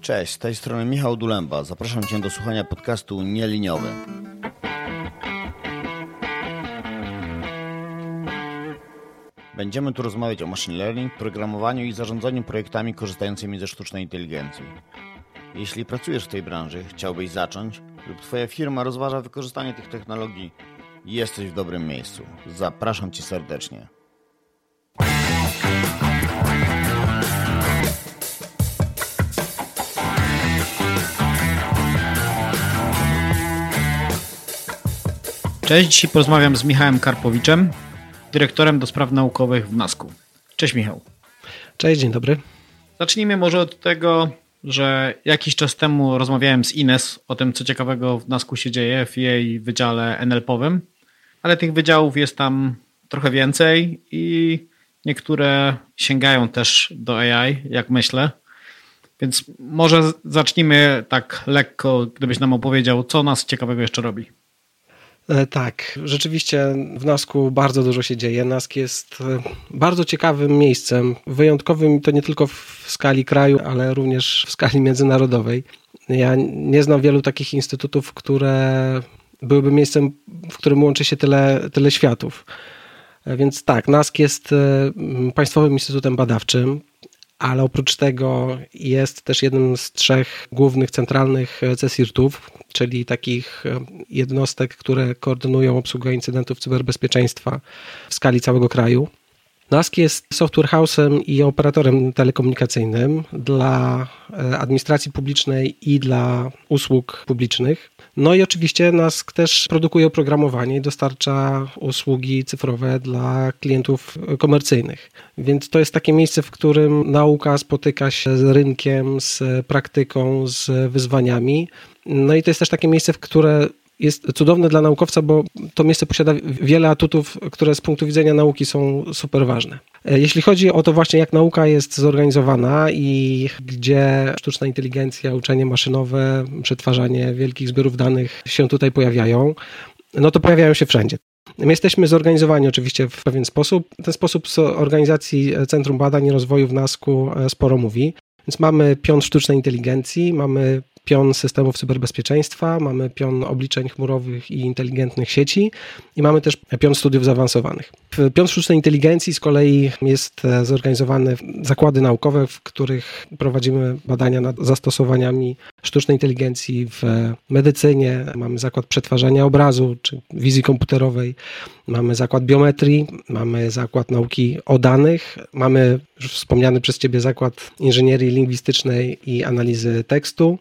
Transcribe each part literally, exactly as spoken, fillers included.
Cześć, z tej strony Michał Dulemba. Zapraszam Cię do słuchania podcastu Nieliniowy. Będziemy tu rozmawiać o machine learning, programowaniu i zarządzaniu projektami korzystającymi ze sztucznej inteligencji. Jeśli pracujesz w tej branży, chciałbyś zacząć lub Twoja firma rozważa wykorzystanie tych technologii, jesteś w dobrym miejscu. Zapraszam Cię serdecznie. Cześć, dzisiaj porozmawiam z Michałem Karpowiczem, dyrektorem do spraw naukowych w nasku. Cześć Michał. Cześć, dzień dobry. Zacznijmy może od tego, że jakiś czas temu rozmawiałem z Ines o tym, co ciekawego w nasku się dzieje w jej wydziale en el pe-owym, ale tych wydziałów jest tam trochę więcej i niektóre sięgają też do A I, jak myślę. Więc może zacznijmy tak lekko, gdybyś nam opowiedział, co nas ciekawego jeszcze robi. Tak, rzeczywiście w nasku bardzo dużo się dzieje. nask jest bardzo ciekawym miejscem, wyjątkowym to nie tylko w skali kraju, ale również w skali międzynarodowej. Ja nie znam wielu takich instytutów, które byłyby miejscem, w którym łączy się tyle, tyle światów. Więc tak, nask jest państwowym instytutem badawczym, ale oprócz tego jest też jednym z trzech głównych centralnych CSIRT-ów, czyli takich jednostek, które koordynują obsługę incydentów cyberbezpieczeństwa w skali całego kraju. nask jest software house'em i operatorem telekomunikacyjnym dla administracji publicznej i dla usług publicznych. No i oczywiście nask też produkuje oprogramowanie i dostarcza usługi cyfrowe dla klientów komercyjnych. Więc to jest takie miejsce, w którym nauka spotyka się z rynkiem, z praktyką, z wyzwaniami. No i to jest też takie miejsce, w które jest cudowne dla naukowca, bo to miejsce posiada wiele atutów, które z punktu widzenia nauki są super ważne. Jeśli chodzi o to właśnie, jak nauka jest zorganizowana i gdzie sztuczna inteligencja, uczenie maszynowe, przetwarzanie wielkich zbiorów danych się tutaj pojawiają, no to pojawiają się wszędzie. My jesteśmy zorganizowani oczywiście w pewien sposób. Ten sposób z organizacji Centrum Badań i Rozwoju w nasku sporo mówi. Więc mamy pion sztucznej inteligencji, mamy pion systemów cyberbezpieczeństwa, mamy pion obliczeń chmurowych i inteligentnych sieci i mamy też pion studiów zaawansowanych. W pion sztucznej inteligencji z kolei jest zorganizowane zakłady naukowe, w których prowadzimy badania nad zastosowaniami sztucznej inteligencji w medycynie. Mamy zakład przetwarzania obrazu czy wizji komputerowej, mamy zakład biometrii, mamy zakład nauki o danych, mamy już wspomniany przez Ciebie zakład inżynierii lingwistycznej i analizy tekstu.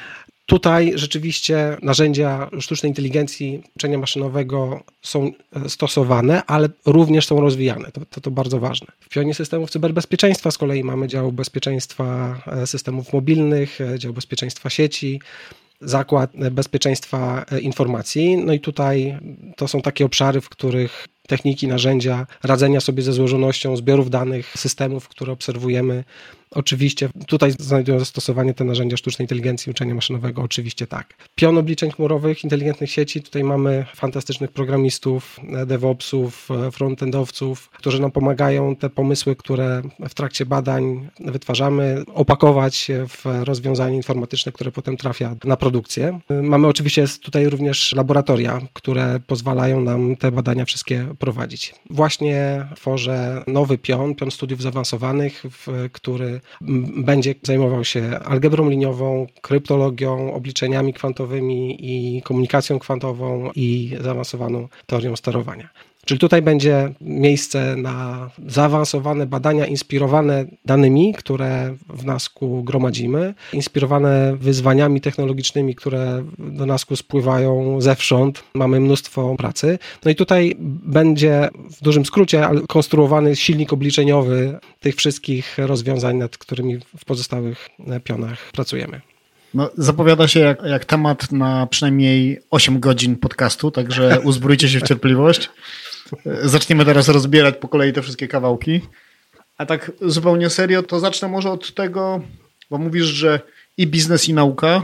Tutaj rzeczywiście narzędzia sztucznej inteligencji, uczenia maszynowego są stosowane, ale również są rozwijane. To, to, to bardzo ważne. W pionie systemów cyberbezpieczeństwa z kolei mamy dział bezpieczeństwa systemów mobilnych, dział bezpieczeństwa sieci, zakład bezpieczeństwa informacji. No i tutaj to są takie obszary, w których techniki, narzędzia radzenia sobie ze złożonością zbiorów danych, systemów, które obserwujemy. Oczywiście tutaj znajdują zastosowanie te narzędzia sztucznej inteligencji, uczenia maszynowego, oczywiście tak. Pion obliczeń chmurowych, inteligentnych sieci, tutaj mamy fantastycznych programistów, DevOpsów, frontendowców, którzy nam pomagają te pomysły, które w trakcie badań wytwarzamy, opakować w rozwiązanie informatyczne, które potem trafia na produkcję. Mamy oczywiście tutaj również laboratoria, które pozwalają nam te badania wszystkie prowadzić. Właśnie tworzę nowy pion, pion studiów zaawansowanych, w który będzie zajmował się algebrą liniową, kryptologią, obliczeniami kwantowymi i komunikacją kwantową i zaawansowaną teorią sterowania. Czyli tutaj będzie miejsce na zaawansowane badania inspirowane danymi, które w nasku gromadzimy, inspirowane wyzwaniami technologicznymi, które do nasku spływają zewsząd. Mamy mnóstwo pracy. No i tutaj będzie w dużym skrócie konstruowany silnik obliczeniowy tych wszystkich rozwiązań, nad którymi w pozostałych pionach pracujemy. No, zapowiada się jak, jak temat na przynajmniej osiem godzin podcastu, także uzbrójcie się w cierpliwość. Zaczniemy teraz rozbierać po kolei te wszystkie kawałki. A tak zupełnie serio, to zacznę może od tego, bo mówisz, że i biznes, i nauka.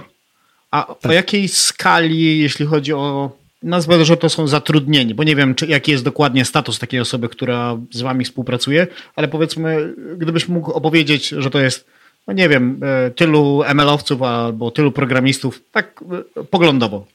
A tak. O jakiej skali, jeśli chodzi o... Nazwę, że to są zatrudnieni, bo nie wiem, czy, jaki jest dokładnie status takiej osoby, która z wami współpracuje, ale powiedzmy, gdybyś mógł opowiedzieć, że to jest no nie wiem, tylu em el-owców albo tylu programistów, tak poglądowo?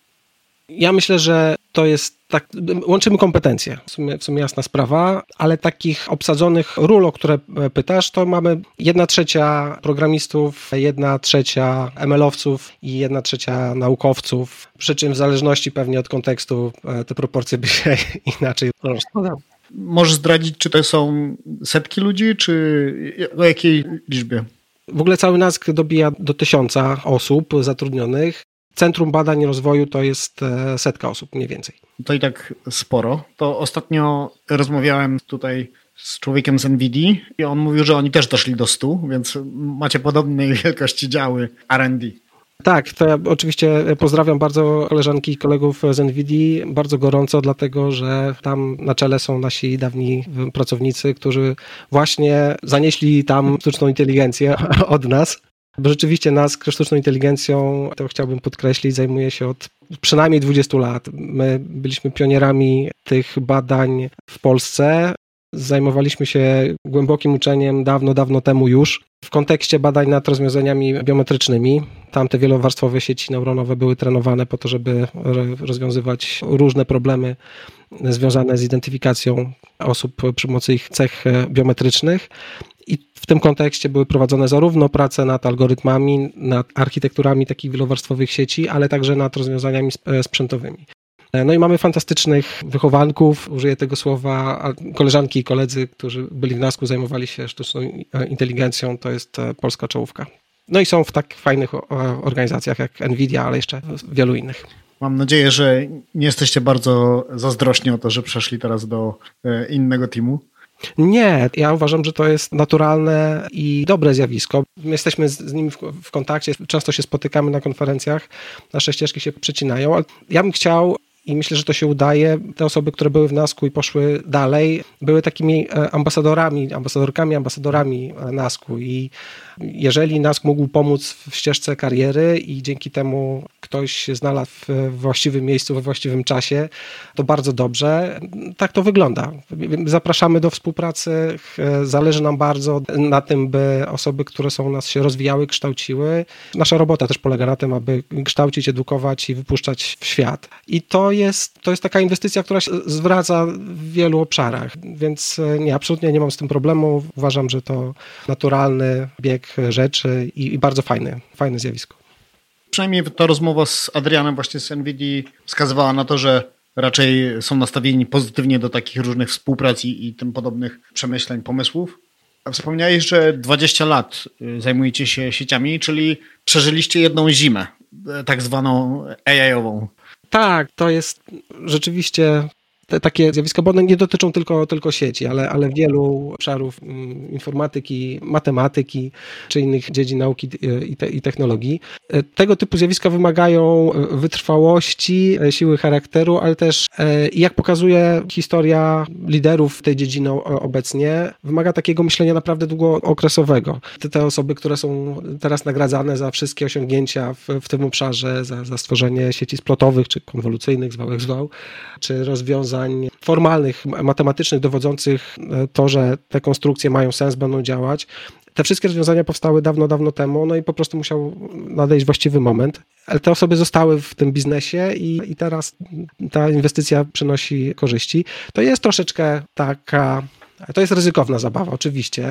Ja myślę, że to jest tak, łączymy kompetencje, w sumie, w sumie jasna sprawa, ale takich obsadzonych ról, o które pytasz, to mamy jedna trzecia programistów, jedna trzecia em el-owców i jedna trzecia naukowców, przy czym w zależności pewnie od kontekstu te proporcje by się inaczej rozkładały. Możesz zdradzić, czy to są setki ludzi, czy o jakiej liczbie? W ogóle cały NASK dobija do tysiąca osób zatrudnionych. Centrum Badań i Rozwoju to jest setka osób mniej więcej. To i tak sporo. To ostatnio rozmawiałem tutaj z człowiekiem z NVIDIA i on mówił, że oni też doszli do stu, więc macie podobnej wielkości działy R and D. Tak, to ja oczywiście pozdrawiam bardzo koleżanki i kolegów z NVIDIA bardzo gorąco, dlatego że tam na czele są nasi dawni pracownicy, którzy właśnie zanieśli tam sztuczną inteligencję od nas. Bo rzeczywiście NASK sztuczną inteligencją, to chciałbym podkreślić, zajmuje się od przynajmniej dwudziestu lat. My byliśmy pionierami tych badań w Polsce. Zajmowaliśmy się głębokim uczeniem dawno, dawno temu już w kontekście badań nad rozwiązaniami biometrycznymi. Tam te wielowarstwowe sieci neuronowe były trenowane po to, żeby rozwiązywać różne problemy związane z identyfikacją osób przy pomocy ich cech biometrycznych. I w tym kontekście były prowadzone zarówno prace nad algorytmami, nad architekturami takich wielowarstwowych sieci, ale także nad rozwiązaniami sprzętowymi. No i mamy fantastycznych wychowanków, użyję tego słowa, koleżanki i koledzy, którzy byli w NASK-u, zajmowali się sztuczną inteligencją, to jest polska czołówka. No i są w tak fajnych organizacjach jak NVIDIA, ale jeszcze wielu innych. Mam nadzieję, że nie jesteście bardzo zazdrośni o to, że przeszli teraz do innego teamu. Nie, ja uważam, że to jest naturalne i dobre zjawisko. My jesteśmy z, z nimi w, w kontakcie, często się spotykamy na konferencjach, nasze ścieżki się przecinają, ale ja bym chciał i myślę, że to się udaje. Te osoby, które były w NASK-u i poszły dalej, były takimi ambasadorami, ambasadorkami, ambasadorami NASK-u i jeżeli NASK mógł pomóc w ścieżce kariery i dzięki temu ktoś się znalazł w właściwym miejscu, we właściwym czasie, to bardzo dobrze. Tak to wygląda. Zapraszamy do współpracy. Zależy nam bardzo na tym, by osoby, które są u nas, się rozwijały, kształciły. Nasza robota też polega na tym, aby kształcić, edukować i wypuszczać w świat. I to jest, to jest taka inwestycja, która się zwraca w wielu obszarach, więc nie, absolutnie nie mam z tym problemu. Uważam, że to naturalny bieg rzeczy i, i bardzo fajne, fajne zjawisko. Przynajmniej ta rozmowa z Adrianem właśnie z NVIDIA wskazywała na to, że raczej są nastawieni pozytywnie do takich różnych współprac i, i tym podobnych przemyśleń, pomysłów. A wspomniałeś, że dwadzieścia lat zajmujecie się sieciami, czyli przeżyliście jedną zimę, tak zwaną A I-ową. Tak, to jest rzeczywiście te, takie zjawiska, bo one nie dotyczą tylko, tylko sieci, ale, ale wielu obszarów informatyki, matematyki czy innych dziedzin nauki i, te, i technologii. Tego typu zjawiska wymagają wytrwałości, siły charakteru, ale też, jak pokazuje historia liderów tej dziedziny obecnie, wymaga takiego myślenia naprawdę długookresowego. Te, te osoby, które są teraz nagradzane za wszystkie osiągnięcia w, w tym obszarze, za, za stworzenie sieci splotowych czy konwolucyjnych, zwał jak zwał, czy rozwiązań formalnych, matematycznych, dowodzących to, że te konstrukcje mają sens, będą działać. Te wszystkie rozwiązania powstały dawno, dawno temu, no i po prostu musiał nadejść właściwy moment. Ale te osoby zostały w tym biznesie i, i teraz ta inwestycja przynosi korzyści. To jest troszeczkę taka, to jest ryzykowna zabawa, oczywiście,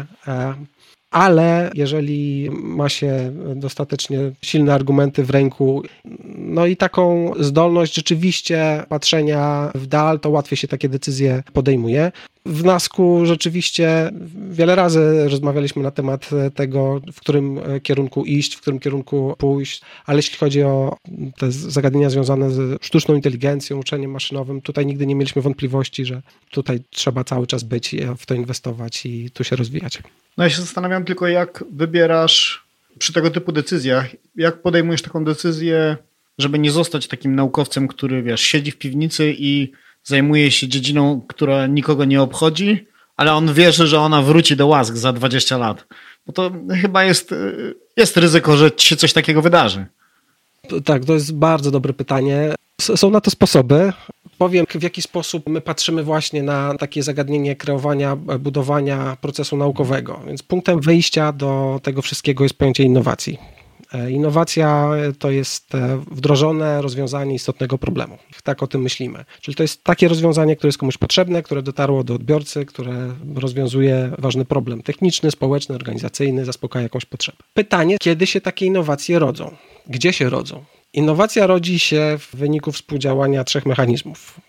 ale jeżeli ma się dostatecznie silne argumenty w ręku, no i taką zdolność rzeczywiście patrzenia w dal, to łatwiej się takie decyzje podejmuje. W NASK-u rzeczywiście wiele razy rozmawialiśmy na temat tego, w którym kierunku iść, w którym kierunku pójść, ale jeśli chodzi o te zagadnienia związane z sztuczną inteligencją, uczeniem maszynowym, tutaj nigdy nie mieliśmy wątpliwości, że tutaj trzeba cały czas być, w to inwestować i tu się rozwijać. No ja się zastanawiam tylko, jak wybierasz przy tego typu decyzjach, jak podejmujesz taką decyzję, żeby nie zostać takim naukowcem, który, wiesz, siedzi w piwnicy i zajmuje się dziedziną, która nikogo nie obchodzi, ale on wierzy, że ona wróci do łask za dwadzieścia lat. Bo to chyba jest, jest ryzyko, że ci się coś takiego wydarzy. Tak, to jest bardzo dobre pytanie. Są na to sposoby. Powiem, w jaki sposób my patrzymy właśnie na takie zagadnienie kreowania, budowania procesu naukowego. Więc punktem wyjścia do tego wszystkiego jest pojęcie innowacji. Innowacja to jest wdrożone rozwiązanie istotnego problemu. Tak o tym myślimy. Czyli to jest takie rozwiązanie, które jest komuś potrzebne, które dotarło do odbiorcy, które rozwiązuje ważny problem techniczny, społeczny, organizacyjny, zaspokaja jakąś potrzebę. Pytanie, kiedy się takie innowacje rodzą? Gdzie się rodzą? Innowacja rodzi się w wyniku współdziałania trzech mechanizmów.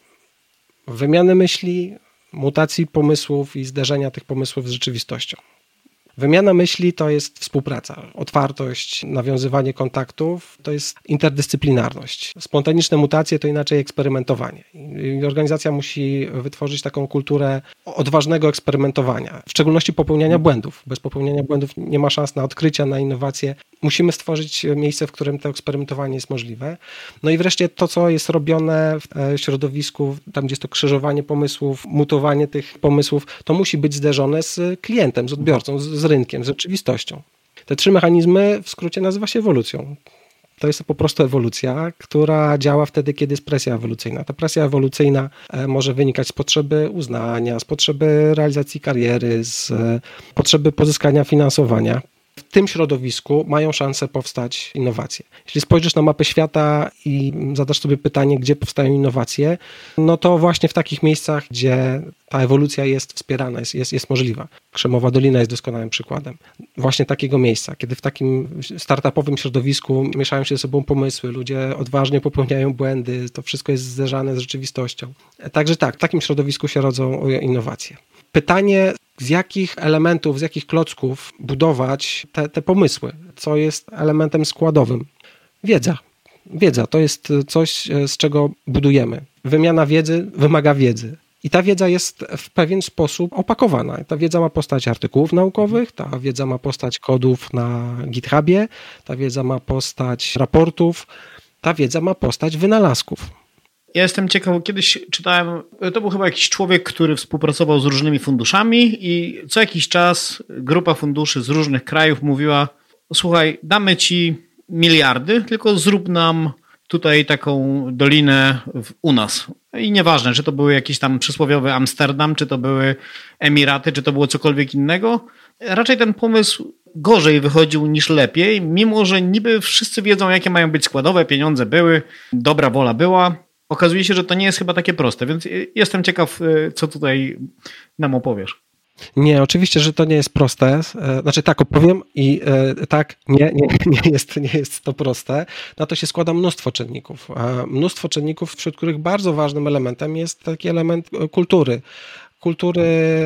Wymiany myśli, mutacji pomysłów i zderzenia tych pomysłów z rzeczywistością. Wymiana myśli to jest współpraca, otwartość, nawiązywanie kontaktów, to jest interdyscyplinarność. Spontaniczne mutacje to inaczej eksperymentowanie. I organizacja musi wytworzyć taką kulturę odważnego eksperymentowania, w szczególności popełniania błędów. Bez popełniania błędów nie ma szans na odkrycia, na innowacje. Musimy stworzyć miejsce, w którym to eksperymentowanie jest możliwe. No i wreszcie to, co jest robione w środowisku, tam gdzie jest to krzyżowanie pomysłów, mutowanie tych pomysłów, to musi być zderzone z klientem, z odbiorcą, z rynkiem, z rzeczywistością. Te trzy mechanizmy w skrócie nazywa się ewolucją. To jest po prostu ewolucja, która działa wtedy, kiedy jest presja ewolucyjna. Ta presja ewolucyjna może wynikać z potrzeby uznania, z potrzeby realizacji kariery, z potrzeby pozyskania finansowania. W tym środowisku mają szansę powstać innowacje. Jeśli spojrzysz na mapę świata i zadasz sobie pytanie, gdzie powstają innowacje, no to właśnie w takich miejscach, gdzie ta ewolucja jest wspierana, jest, jest, jest możliwa. Krzemowa Dolina jest doskonałym przykładem właśnie takiego miejsca, kiedy w takim startupowym środowisku mieszają się ze sobą pomysły, ludzie odważnie popełniają błędy, to wszystko jest zderzane z rzeczywistością. Także tak, w takim środowisku się rodzą innowacje. Pytanie, z jakich elementów, z jakich klocków budować te, te pomysły, co jest elementem składowym? Wiedza. Wiedza to jest coś, z czego budujemy. Wymiana wiedzy wymaga wiedzy. I ta wiedza jest w pewien sposób opakowana. Ta wiedza ma postać artykułów naukowych, ta wiedza ma postać kodów na GitHubie, ta wiedza ma postać raportów, ta wiedza ma postać wynalazków. Ja jestem ciekaw, kiedyś czytałem, to był chyba jakiś człowiek, który współpracował z różnymi funduszami i co jakiś czas grupa funduszy z różnych krajów mówiła: słuchaj, damy ci miliardy, tylko zrób nam tutaj taką dolinę w, u nas. I nieważne, czy to były jakiś tam przysłowiowy Amsterdam, czy to były Emiraty, czy to było cokolwiek innego. Raczej ten pomysł gorzej wychodził niż lepiej, mimo że niby wszyscy wiedzą, jakie mają być składowe, pieniądze były, dobra wola była. Okazuje się, że to nie jest chyba takie proste, więc jestem ciekaw, co tutaj nam opowiesz. Nie, oczywiście, że to nie jest proste. Znaczy tak opowiem i tak, nie, nie, nie, jest, nie jest to proste. Na to się składa mnóstwo czynników. Mnóstwo czynników, wśród których bardzo ważnym elementem jest taki element kultury. Kultury,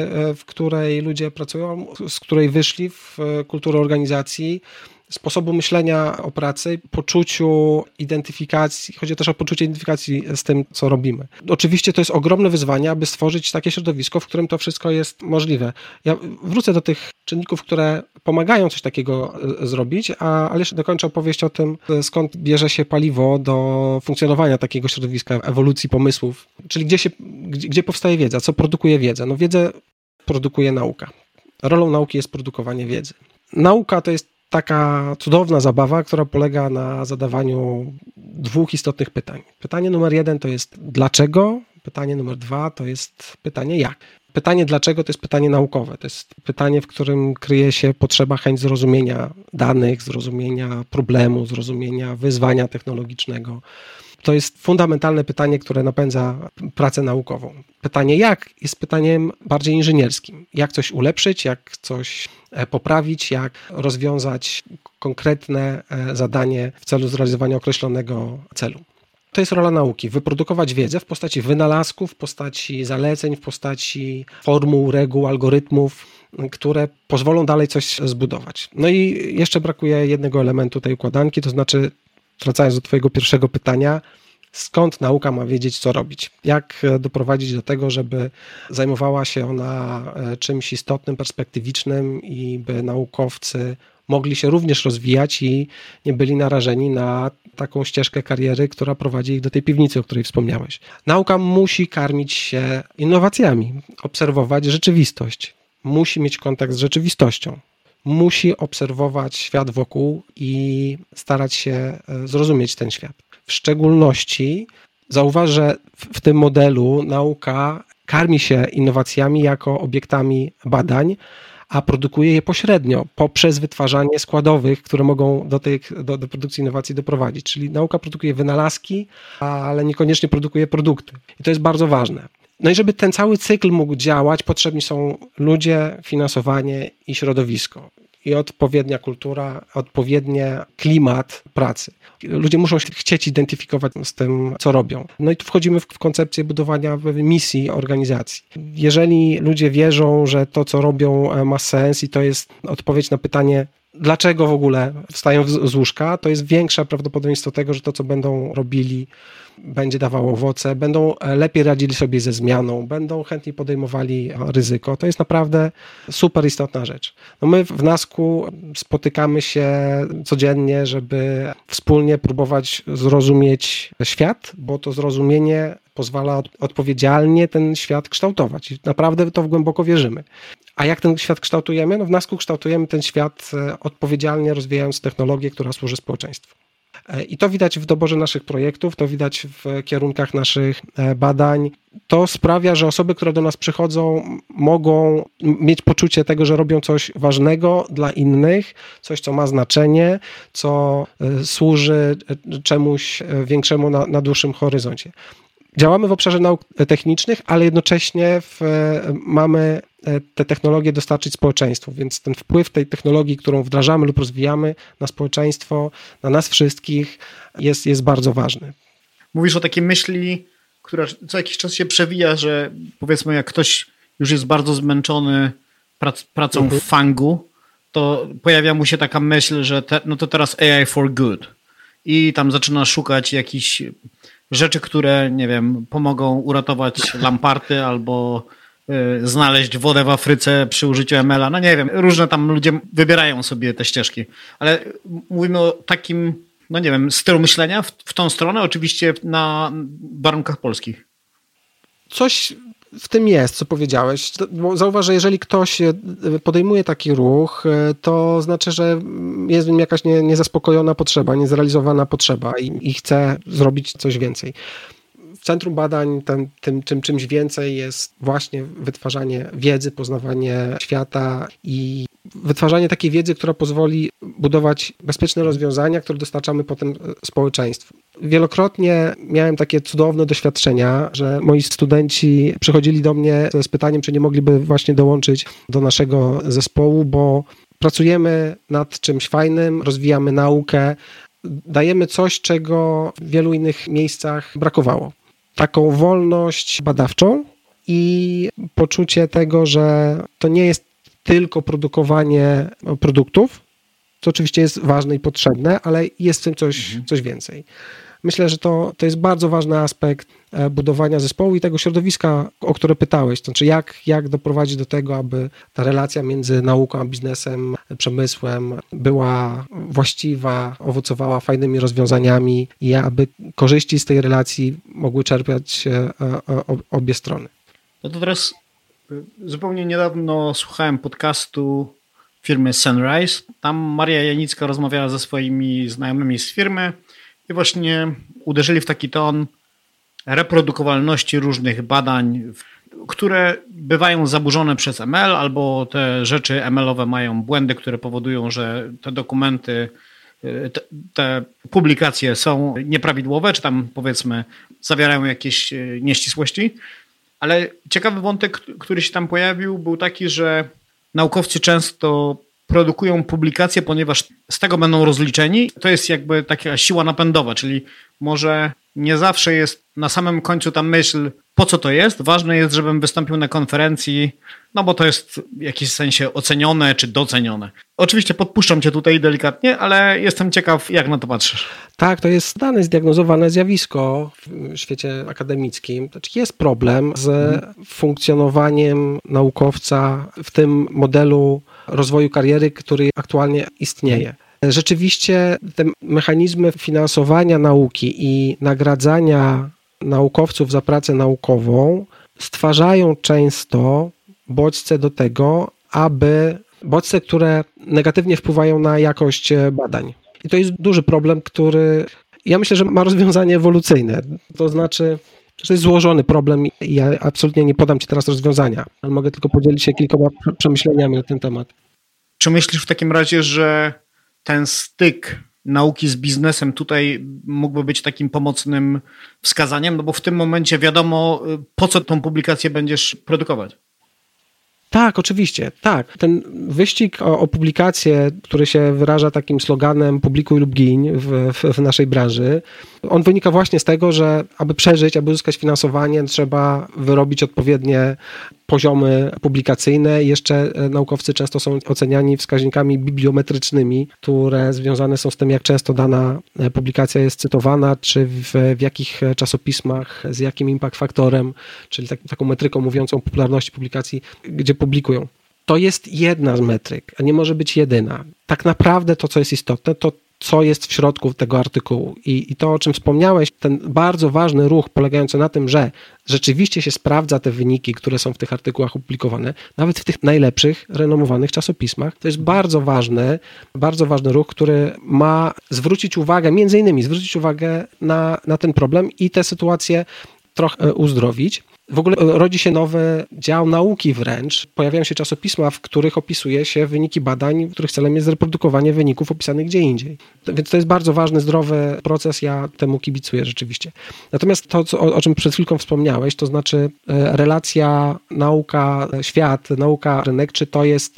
w której ludzie pracują, z której wyszli, w kultury organizacji, sposobu myślenia o pracy, poczuciu identyfikacji, chodzi też o poczucie identyfikacji z tym, co robimy. Oczywiście to jest ogromne wyzwanie, aby stworzyć takie środowisko, w którym to wszystko jest możliwe. Ja wrócę do tych czynników, które pomagają coś takiego zrobić, a, ale jeszcze dokończę opowieść o tym, skąd bierze się paliwo do funkcjonowania takiego środowiska, ewolucji pomysłów, czyli gdzie, się, gdzie, gdzie powstaje wiedza, co produkuje wiedzę. No wiedzę produkuje nauka. Rolą nauki jest produkowanie wiedzy. Nauka to jest taka cudowna zabawa, która polega na zadawaniu dwóch istotnych pytań. Pytanie numer jeden to jest dlaczego, pytanie numer dwa to jest pytanie jak. Pytanie dlaczego to jest pytanie naukowe, to jest pytanie, w którym kryje się potrzeba, chęć zrozumienia danych, zrozumienia problemu, zrozumienia wyzwania technologicznego. To jest fundamentalne pytanie, które napędza pracę naukową. Pytanie jak jest pytaniem bardziej inżynierskim. Jak coś ulepszyć, jak coś poprawić, jak rozwiązać konkretne zadanie w celu zrealizowania określonego celu. To jest rola nauki. Wyprodukować wiedzę w postaci wynalazków, w postaci zaleceń, w postaci formuł, reguł, algorytmów, które pozwolą dalej coś zbudować. No i jeszcze brakuje jednego elementu tej układanki, to znaczy, wracając do twojego pierwszego pytania, skąd nauka ma wiedzieć, co robić? Jak doprowadzić do tego, żeby zajmowała się ona czymś istotnym, perspektywicznym i by naukowcy mogli się również rozwijać i nie byli narażeni na taką ścieżkę kariery, która prowadzi ich do tej piwnicy, o której wspomniałeś. Nauka musi karmić się innowacjami, obserwować rzeczywistość, musi mieć kontakt z rzeczywistością. Musi obserwować świat wokół i starać się zrozumieć ten świat. W szczególności Zauważ, że w tym modelu nauka karmi się innowacjami jako obiektami badań, a produkuje je pośrednio poprzez wytwarzanie składowych, które mogą do, tych, do, do produkcji innowacji doprowadzić. Czyli nauka produkuje wynalazki, ale niekoniecznie produkuje produkty. I to jest bardzo ważne. No i żeby ten cały cykl mógł działać, potrzebni są ludzie, finansowanie i środowisko. I odpowiednia kultura, odpowiedni klimat pracy. Ludzie muszą się chcieć identyfikować z tym, co robią. No i tu wchodzimy w koncepcję budowania misji organizacji. Jeżeli ludzie wierzą, że to, co robią, ma sens i to jest odpowiedź na pytanie, dlaczego w ogóle wstają z łóżka, to jest większe prawdopodobieństwo tego, że to, co będą robili, będzie dawało owoce, będą lepiej radzili sobie ze zmianą, będą chętniej podejmowali ryzyko. To jest naprawdę super istotna rzecz. No my w Nasku spotykamy się codziennie, żeby wspólnie próbować zrozumieć świat, bo to zrozumienie pozwala odpowiedzialnie ten świat kształtować. I naprawdę w to głęboko wierzymy. A jak ten świat kształtujemy? No w Nasku kształtujemy ten świat odpowiedzialnie rozwijając technologię, która służy społeczeństwu. I to widać w doborze naszych projektów, to widać w kierunkach naszych badań. To sprawia, że osoby, które do nas przychodzą, mogą mieć poczucie tego, że robią coś ważnego dla innych, coś, co ma znaczenie, co służy czemuś większemu na, na dłuższym horyzoncie. Działamy w obszarze nauk technicznych, ale jednocześnie w, mamy te technologie dostarczyć społeczeństwu, więc ten wpływ tej technologii, którą wdrażamy lub rozwijamy na społeczeństwo, na nas wszystkich jest, jest bardzo ważny. Mówisz o takiej myśli, która co jakiś czas się przewija, że powiedzmy jak ktoś już jest bardzo zmęczony prac, pracą mhm. w fangu, to pojawia mu się taka myśl, że te, no to teraz A I for good i tam zaczyna szukać jakichś rzeczy, które, nie wiem, pomogą uratować lamparty albo y, znaleźć wodę w Afryce przy użyciu M L a. No nie wiem, różne tam ludzie wybierają sobie te ścieżki. Ale mówimy o takim, no nie wiem, stylu myślenia w, w tą stronę, oczywiście na warunkach polskich. Coś w tym jest, co powiedziałeś. Bo zauważ, że jeżeli ktoś podejmuje taki ruch, to znaczy, że jest w nim jakaś nie, niezaspokojona potrzeba, niezrealizowana potrzeba i, i chce zrobić coś więcej. W centrum badań ten, tym, tym czymś więcej jest właśnie wytwarzanie wiedzy, poznawanie świata i wytwarzanie takiej wiedzy, która pozwoli budować bezpieczne rozwiązania, które dostarczamy potem społeczeństwu. Wielokrotnie miałem takie cudowne doświadczenia, że moi studenci przychodzili do mnie z pytaniem, czy nie mogliby właśnie dołączyć do naszego zespołu, bo pracujemy nad czymś fajnym, rozwijamy naukę, dajemy coś, czego w wielu innych miejscach brakowało. Taką wolność badawczą i poczucie tego, że to nie jest tylko produkowanie produktów, co oczywiście jest ważne i potrzebne, ale jest w tym coś, mhm. coś więcej. Myślę, że to, to jest bardzo ważny aspekt budowania zespołu i tego środowiska, o które pytałeś. To znaczy jak, jak doprowadzić do tego, aby ta relacja między nauką a biznesem, przemysłem była właściwa, owocowała fajnymi rozwiązaniami i aby korzyści z tej relacji mogły czerpać obie strony. No to teraz zupełnie niedawno słuchałem podcastu firmy Sunrise. Tam Maria Janicka rozmawiała ze swoimi znajomymi z firmy i właśnie uderzyli w taki ton reprodukowalności różnych badań, które bywają zaburzone przez M L, albo te rzeczy M L-owe mają błędy, które powodują, że te dokumenty, te, te publikacje są nieprawidłowe, czy tam powiedzmy zawierają jakieś nieścisłości. Ale ciekawy wątek, który się tam pojawił, był taki, że naukowcy często produkują publikacje, ponieważ z tego będą rozliczeni. To jest jakby taka siła napędowa, czyli może nie zawsze jest na samym końcu ta myśl, po co to jest. Ważne jest, żebym wystąpił na konferencji, no bo to jest w jakimś sensie ocenione czy docenione. Oczywiście podpuszczam cię tutaj delikatnie, ale jestem ciekaw, jak na to patrzysz. Tak, to jest dane zdiagnozowane zjawisko w świecie akademickim. Znaczy jest problem z funkcjonowaniem naukowca w tym modelu rozwoju kariery, który aktualnie istnieje. Rzeczywiście te mechanizmy finansowania nauki i nagradzania naukowców za pracę naukową stwarzają często bodźce do tego, aby bodźce, które negatywnie wpływają na jakość badań. I to jest duży problem, który Ja myślę, że ma rozwiązanie ewolucyjne. To znaczy, że to jest złożony problem i ja absolutnie nie podam ci teraz rozwiązania, ale mogę tylko podzielić się kilkoma przemyśleniami na ten temat. Czy myślisz w takim razie, że ten styk nauki z biznesem tutaj mógłby być takim pomocnym wskazaniem? No bo w tym momencie wiadomo, po co tą publikację będziesz produkować. Tak, oczywiście, tak. Ten wyścig o, o publikację, który się wyraża takim sloganem publikuj lub giń w, w, w naszej branży, on wynika właśnie z tego, że aby przeżyć, aby uzyskać finansowanie, trzeba wyrobić odpowiednie poziomy publikacyjne i jeszcze naukowcy często są oceniani wskaźnikami bibliometrycznymi, które związane są z tym, jak często dana publikacja jest cytowana, czy w, w jakich czasopismach, z jakim impact faktorem, czyli tak, taką metryką mówiącą o popularności publikacji, gdzie publikują. To jest jedna z metryk, a nie może być jedyna. Tak naprawdę to, co jest istotne, to co jest w środku tego artykułu. I, I to, o czym wspomniałeś, ten bardzo ważny ruch polegający na tym, że rzeczywiście się sprawdza te wyniki, które są w tych artykułach opublikowane, nawet w tych najlepszych, renomowanych czasopismach. To jest bardzo ważny, bardzo ważny ruch, który ma zwrócić uwagę, między innymi zwrócić uwagę na, na ten problem i tę sytuację trochę uzdrowić. W ogóle rodzi się nowy dział nauki wręcz. Pojawiają się czasopisma, w których opisuje się wyniki badań, których celem jest zreprodukowanie wyników opisanych gdzie indziej. Więc to jest bardzo ważny, zdrowy proces. Ja temu kibicuję rzeczywiście. Natomiast to, co, o, o czym przed chwilką wspomniałeś, to znaczy relacja nauka-świat, nauka-rynek, czy to jest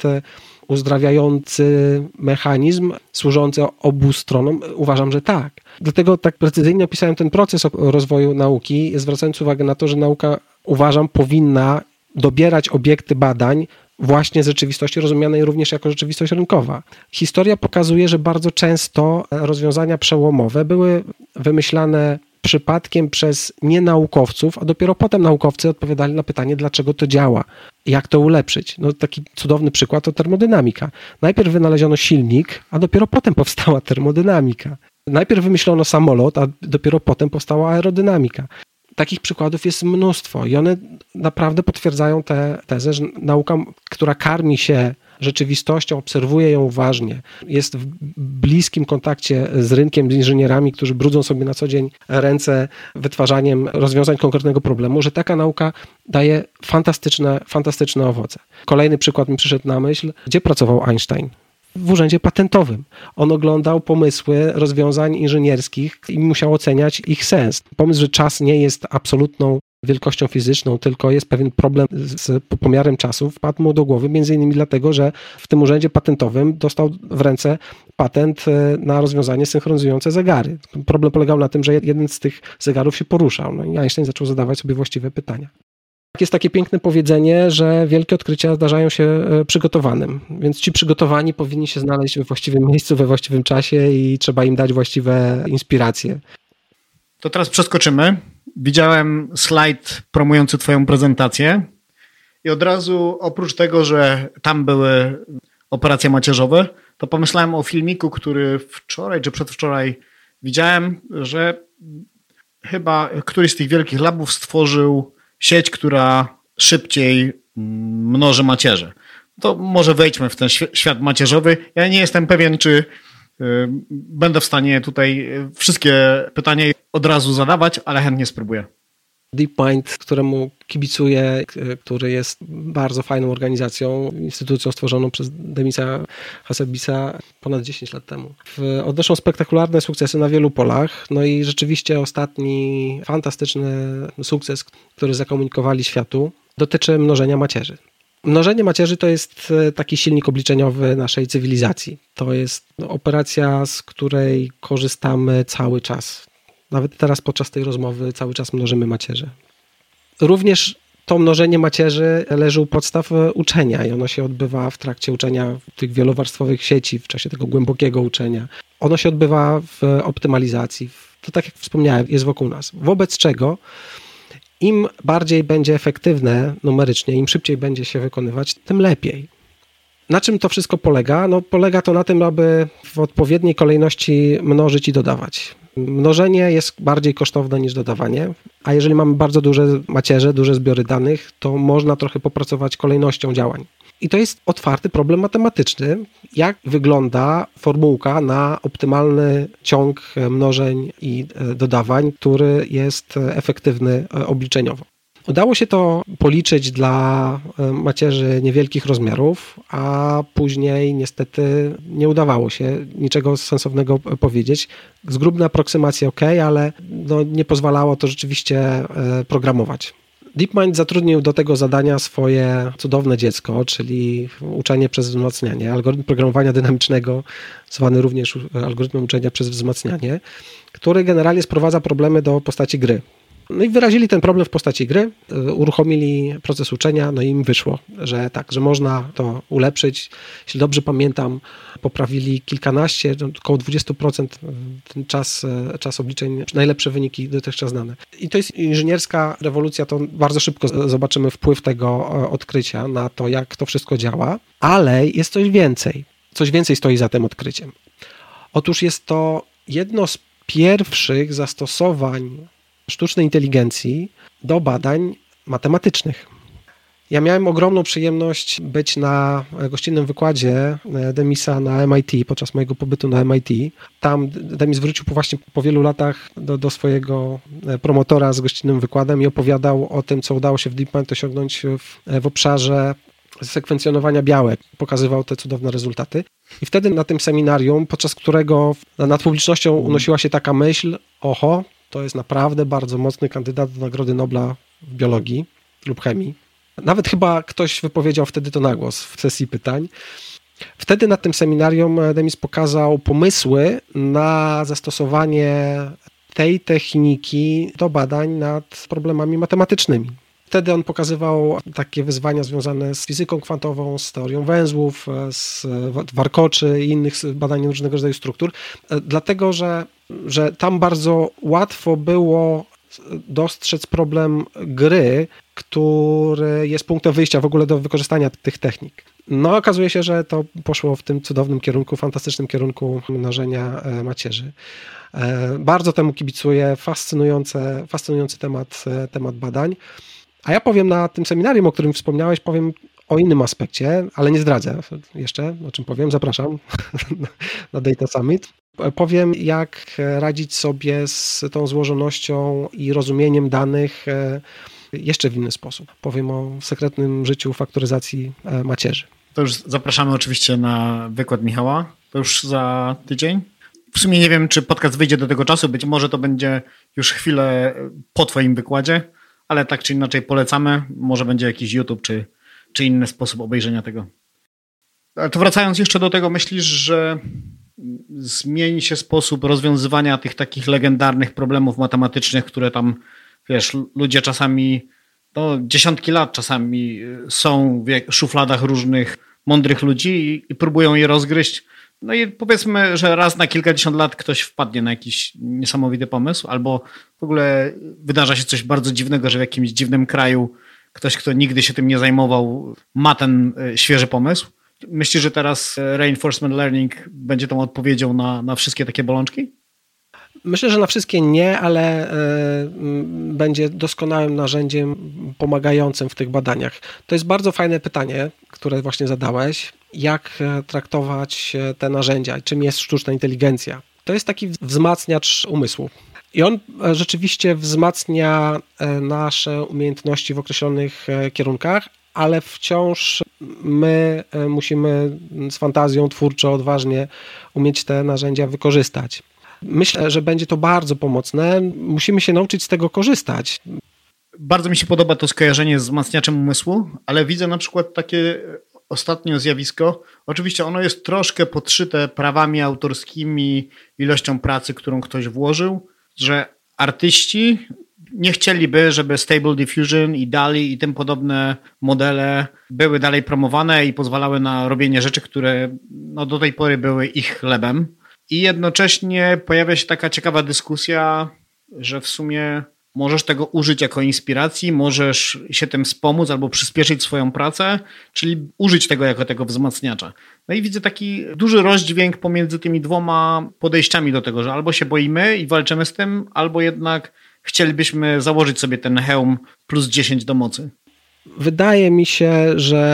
uzdrawiający mechanizm służący obu stronom? Uważam, że tak. Dlatego tak precyzyjnie opisałem ten proces rozwoju nauki, zwracając uwagę na to, że nauka, uważam, powinna dobierać obiekty badań właśnie z rzeczywistości rozumianej również jako rzeczywistość rynkowa. Historia pokazuje, że bardzo często rozwiązania przełomowe były wymyślane przypadkiem przez nienaukowców, a dopiero potem naukowcy odpowiadali na pytanie, dlaczego to działa, jak to ulepszyć. No, taki cudowny przykład to termodynamika. Najpierw wynaleziono silnik, a dopiero potem powstała termodynamika. Najpierw wymyślono samolot, a dopiero potem powstała aerodynamika. Takich przykładów jest mnóstwo i one naprawdę potwierdzają tę tezę, że nauka, która karmi się rzeczywistością, obserwuje ją uważnie, jest w bliskim kontakcie z rynkiem, z inżynierami, którzy brudzą sobie na co dzień ręce wytwarzaniem rozwiązań konkretnego problemu, że taka nauka daje fantastyczne, fantastyczne owoce. Kolejny przykład mi przyszedł na myśl, gdzie pracował Einstein. W urzędzie patentowym. On oglądał pomysły rozwiązań inżynierskich i musiał oceniać ich sens. Pomysł, że czas nie jest absolutną wielkością fizyczną, tylko jest pewien problem z pomiarem czasu, wpadł mu do głowy, między innymi dlatego, że w tym urzędzie patentowym dostał w ręce patent na rozwiązanie synchronizujące zegary. Problem polegał na tym, że jeden z tych zegarów się poruszał. No i Einstein zaczął zadawać sobie właściwe pytania. Jest takie piękne powiedzenie, że wielkie odkrycia zdarzają się przygotowanym, więc ci przygotowani powinni się znaleźć we właściwym miejscu, we właściwym czasie i trzeba im dać właściwe inspiracje. To teraz przeskoczymy. Widziałem slajd promujący twoją prezentację i od razu oprócz tego, że tam były operacje macierzowe, to pomyślałem o filmiku, który wczoraj czy przedwczoraj widziałem, że chyba któryś z tych wielkich labów stworzył sieć, która szybciej mnoży macierze. To może wejdźmy w ten świat macierzowy. Ja nie jestem pewien, czy będę w stanie tutaj wszystkie pytania od razu zadawać, ale chętnie spróbuję. DeepMind, któremu kibicuję, który jest bardzo fajną organizacją, instytucją stworzoną przez Demisa Hassabisa ponad dziesięć lat temu. Odnoszą spektakularne sukcesy na wielu polach, no i rzeczywiście ostatni fantastyczny sukces, który zakomunikowali światu, dotyczy mnożenia macierzy. Mnożenie macierzy to jest taki silnik obliczeniowy naszej cywilizacji. To jest operacja, z której korzystamy cały czas. Nawet teraz podczas tej rozmowy cały czas mnożymy macierze. Również to mnożenie macierzy leży u podstaw uczenia i ono się odbywa w trakcie uczenia tych wielowarstwowych sieci, w czasie tego głębokiego uczenia. Ono się odbywa w optymalizacji. To tak jak wspomniałem, jest wokół nas. Wobec czego im bardziej będzie efektywne numerycznie, im szybciej będzie się wykonywać, tym lepiej. Na czym to wszystko polega? No, polega to na tym, aby w odpowiedniej kolejności mnożyć i dodawać. Mnożenie jest bardziej kosztowne niż dodawanie, a jeżeli mamy bardzo duże macierze, duże zbiory danych, to można trochę popracować kolejnością działań. I to jest otwarty problem matematyczny, jak wygląda formułka na optymalny ciąg mnożeń i dodawań, który jest efektywny obliczeniowo. Udało się to policzyć dla macierzy niewielkich rozmiarów, a później niestety nie udawało się niczego sensownego powiedzieć. Zgrubna aproksymacja ok, ale no nie pozwalało to rzeczywiście programować. DeepMind zatrudnił do tego zadania swoje cudowne dziecko, czyli uczenie przez wzmacnianie, algorytm programowania dynamicznego, zwany również algorytmem uczenia przez wzmacnianie, który generalnie sprowadza problemy do postaci gry. No i wyrazili ten problem w postaci gry, uruchomili proces uczenia, no i im wyszło, że tak, że można to ulepszyć. Jeśli dobrze pamiętam, poprawili kilkanaście, około dwadzieścia procent ten czas, czas obliczeń, najlepsze wyniki dotychczas znane. I to jest inżynierska rewolucja, to bardzo szybko zobaczymy wpływ tego odkrycia na to, jak to wszystko działa, ale jest coś więcej. Coś więcej stoi za tym odkryciem. Otóż jest to jedno z pierwszych zastosowań sztucznej inteligencji do badań matematycznych. Ja miałem ogromną przyjemność być na gościnnym wykładzie Demisa na M I T podczas mojego pobytu na M I T. Tam Demis wrócił właśnie po wielu latach do, do swojego promotora z gościnnym wykładem i opowiadał o tym, co udało się w DeepMind osiągnąć w, w obszarze sekwencjonowania białek. Pokazywał te cudowne rezultaty. I wtedy na tym seminarium, podczas którego nad publicznością unosiła się taka myśl, oho, to jest naprawdę bardzo mocny kandydat do Nagrody Nobla w biologii lub chemii. Nawet chyba ktoś wypowiedział wtedy to na głos w sesji pytań. Wtedy na tym seminarium Demis pokazał pomysły na zastosowanie tej techniki do badań nad problemami matematycznymi. Wtedy on pokazywał takie wyzwania związane z fizyką kwantową, z teorią węzłów, z warkoczy i innych badań różnego rodzaju struktur, dlatego że, że tam bardzo łatwo było dostrzec problem gry, który jest punktem wyjścia w ogóle do wykorzystania tych technik. No okazuje się, że to poszło w tym cudownym kierunku, fantastycznym kierunku mnożenia macierzy. Bardzo temu kibicuję, fascynujące, fascynujący temat, temat badań. A ja powiem na tym seminarium, o którym wspomniałeś, powiem o innym aspekcie, ale nie zdradzę jeszcze, o czym powiem. Zapraszam na Data Summit. Powiem, jak radzić sobie z tą złożonością i rozumieniem danych jeszcze w inny sposób. Powiem o sekretnym życiu faktoryzacji macierzy. To już zapraszamy oczywiście na wykład Michała. To już za tydzień. W sumie nie wiem, czy podcast wyjdzie do tego czasu. Być może to będzie już chwilę po twoim wykładzie, ale tak czy inaczej polecamy. Może będzie jakiś YouTube czy, czy inny sposób obejrzenia tego. Ale to wracając jeszcze do tego, myślisz, że zmieni się sposób rozwiązywania tych takich legendarnych problemów matematycznych, które tam, wiesz, ludzie czasami, no dziesiątki lat czasami są w szufladach różnych mądrych ludzi i, i próbują je rozgryźć. No i powiedzmy, że raz na kilkadziesiąt lat ktoś wpadnie na jakiś niesamowity pomysł, albo w ogóle wydarza się coś bardzo dziwnego, że w jakimś dziwnym kraju ktoś, kto nigdy się tym nie zajmował, ma ten świeży pomysł. Myślisz, że teraz reinforcement learning będzie tą odpowiedzią na, na wszystkie takie bolączki? Myślę, że na wszystkie nie, ale y, będzie doskonałym narzędziem pomagającym w tych badaniach. To jest bardzo fajne pytanie, które właśnie zadałeś. Jak traktować te narzędzia? Czym jest sztuczna inteligencja? To jest taki wzmacniacz umysłu. I on rzeczywiście wzmacnia nasze umiejętności w określonych kierunkach, ale wciąż my musimy z fantazją, twórczo, odważnie umieć te narzędzia wykorzystać. Myślę, że będzie to bardzo pomocne. Musimy się nauczyć z tego korzystać. Bardzo mi się podoba to skojarzenie z wzmacniaczem umysłu, ale widzę na przykład takie ostatnio zjawisko. Oczywiście ono jest troszkę podszyte prawami autorskimi, ilością pracy, którą ktoś włożył, że artyści nie chcieliby, żeby Stable Diffusion i D A L L-I i tym podobne modele były dalej promowane i pozwalały na robienie rzeczy, które no, do tej pory były ich chlebem. I jednocześnie pojawia się taka ciekawa dyskusja, że w sumie możesz tego użyć jako inspiracji, możesz się tym wspomóc albo przyspieszyć swoją pracę, czyli użyć tego jako tego wzmacniacza. No i widzę taki duży rozdźwięk pomiędzy tymi dwoma podejściami do tego, że albo się boimy i walczymy z tym, albo jednak chcielibyśmy założyć sobie ten hełm plus dziesięć do mocy. Wydaje mi się, że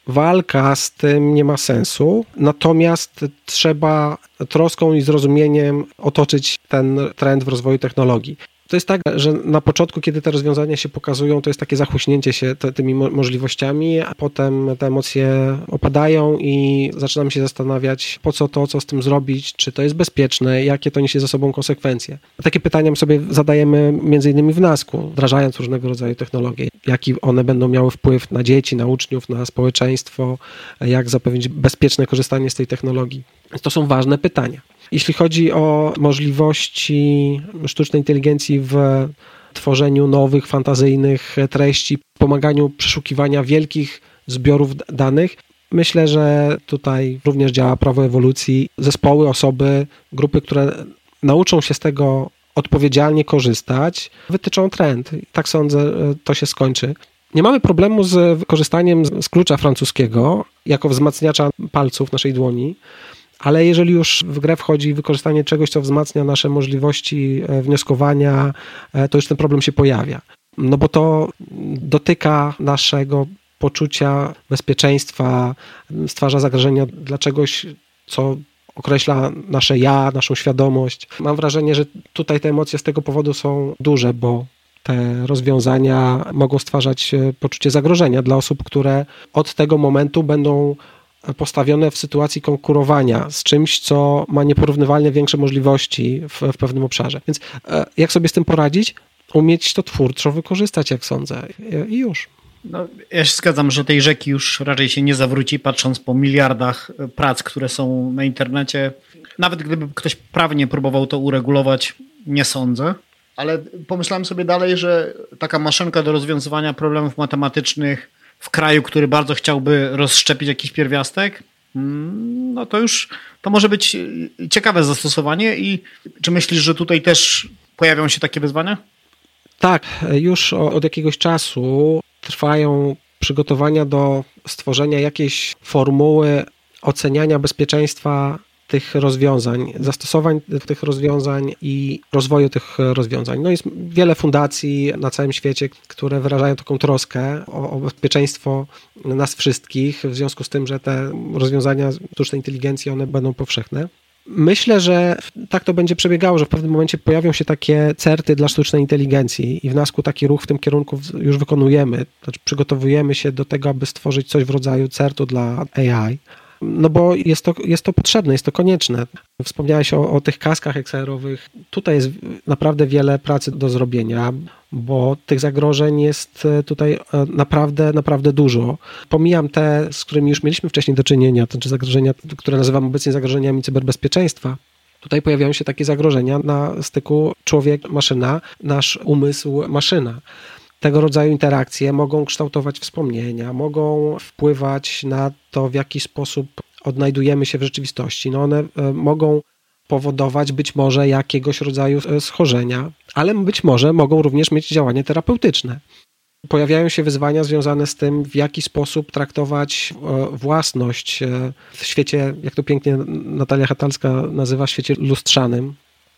walka z tym nie ma sensu, natomiast trzeba troską i zrozumieniem otoczyć ten trend w rozwoju technologii. To jest tak, że na początku, kiedy te rozwiązania się pokazują, to jest takie zachłyśnięcie się te, tymi mo- możliwościami, a potem te emocje opadają i zaczynamy się zastanawiać, po co to, co z tym zrobić, czy to jest bezpieczne, jakie to niesie za sobą konsekwencje. Takie pytania sobie zadajemy między innymi w nasku, wdrażając różnego rodzaju technologie, jaki one będą miały wpływ na dzieci, na uczniów, na społeczeństwo, jak zapewnić bezpieczne korzystanie z tej technologii. To są ważne pytania. Jeśli chodzi o możliwości sztucznej inteligencji w tworzeniu nowych, fantazyjnych treści, pomaganiu przeszukiwania wielkich zbiorów danych, myślę, że tutaj również działa prawo ewolucji. Zespoły, osoby, grupy, które nauczą się z tego odpowiedzialnie korzystać, wytyczą trend. Tak sądzę, to się skończy. Nie mamy problemu z wykorzystaniem z klucza francuskiego jako wzmacniacza palców naszej dłoni, ale jeżeli już w grę wchodzi wykorzystanie czegoś, co wzmacnia nasze możliwości wnioskowania, to już ten problem się pojawia. No bo to dotyka naszego poczucia bezpieczeństwa, stwarza zagrożenia dla czegoś, co określa nasze ja, naszą świadomość. Mam wrażenie, że tutaj te emocje z tego powodu są duże, bo te rozwiązania mogą stwarzać poczucie zagrożenia dla osób, które od tego momentu będą postawione w sytuacji konkurowania z czymś, co ma nieporównywalnie większe możliwości w, w pewnym obszarze. Więc jak sobie z tym poradzić? Umieć to twórczo wykorzystać, jak sądzę. I już. No, ja się zgadzam, że tej rzeki już raczej się nie zawróci, patrząc po miliardach prac, które są na internecie. Nawet gdyby ktoś prawnie próbował to uregulować, nie sądzę. Ale pomyślałem sobie dalej, że taka maszynka do rozwiązywania problemów matematycznych w kraju, który bardzo chciałby rozszczepić jakiś pierwiastek, no to już to może być ciekawe zastosowanie. I czy myślisz, że tutaj też pojawią się takie wyzwania? Tak, już od jakiegoś czasu trwają przygotowania do stworzenia jakiejś formuły oceniania bezpieczeństwa tych rozwiązań, zastosowań tych rozwiązań i rozwoju tych rozwiązań. No jest wiele fundacji na całym świecie, które wyrażają taką troskę o, o bezpieczeństwo nas wszystkich, w związku z tym, że te rozwiązania sztucznej inteligencji, one będą powszechne. Myślę, że tak to będzie przebiegało, że w pewnym momencie pojawią się takie certy dla sztucznej inteligencji i w nasku taki ruch w tym kierunku już wykonujemy. Znaczy przygotowujemy się do tego, aby stworzyć coś w rodzaju certu dla A I. No bo jest to, jest to potrzebne, jest to konieczne. Wspomniałeś o, o tych kaskach X R-owych. Tutaj jest naprawdę wiele pracy do zrobienia, bo tych zagrożeń jest tutaj naprawdę, naprawdę dużo. Pomijam te, z którymi już mieliśmy wcześniej do czynienia, to znaczy zagrożenia, które nazywam obecnie zagrożeniami cyberbezpieczeństwa. Tutaj pojawiają się takie zagrożenia na styku człowiek-maszyna, nasz umysł-maszyna. Tego rodzaju interakcje mogą kształtować wspomnienia, mogą wpływać na to, w jaki sposób odnajdujemy się w rzeczywistości. No one mogą powodować być może jakiegoś rodzaju schorzenia, ale być może mogą również mieć działanie terapeutyczne. Pojawiają się wyzwania związane z tym, w jaki sposób traktować własność w świecie, jak to pięknie Natalia Hatalska nazywa, świecie lustrzanym.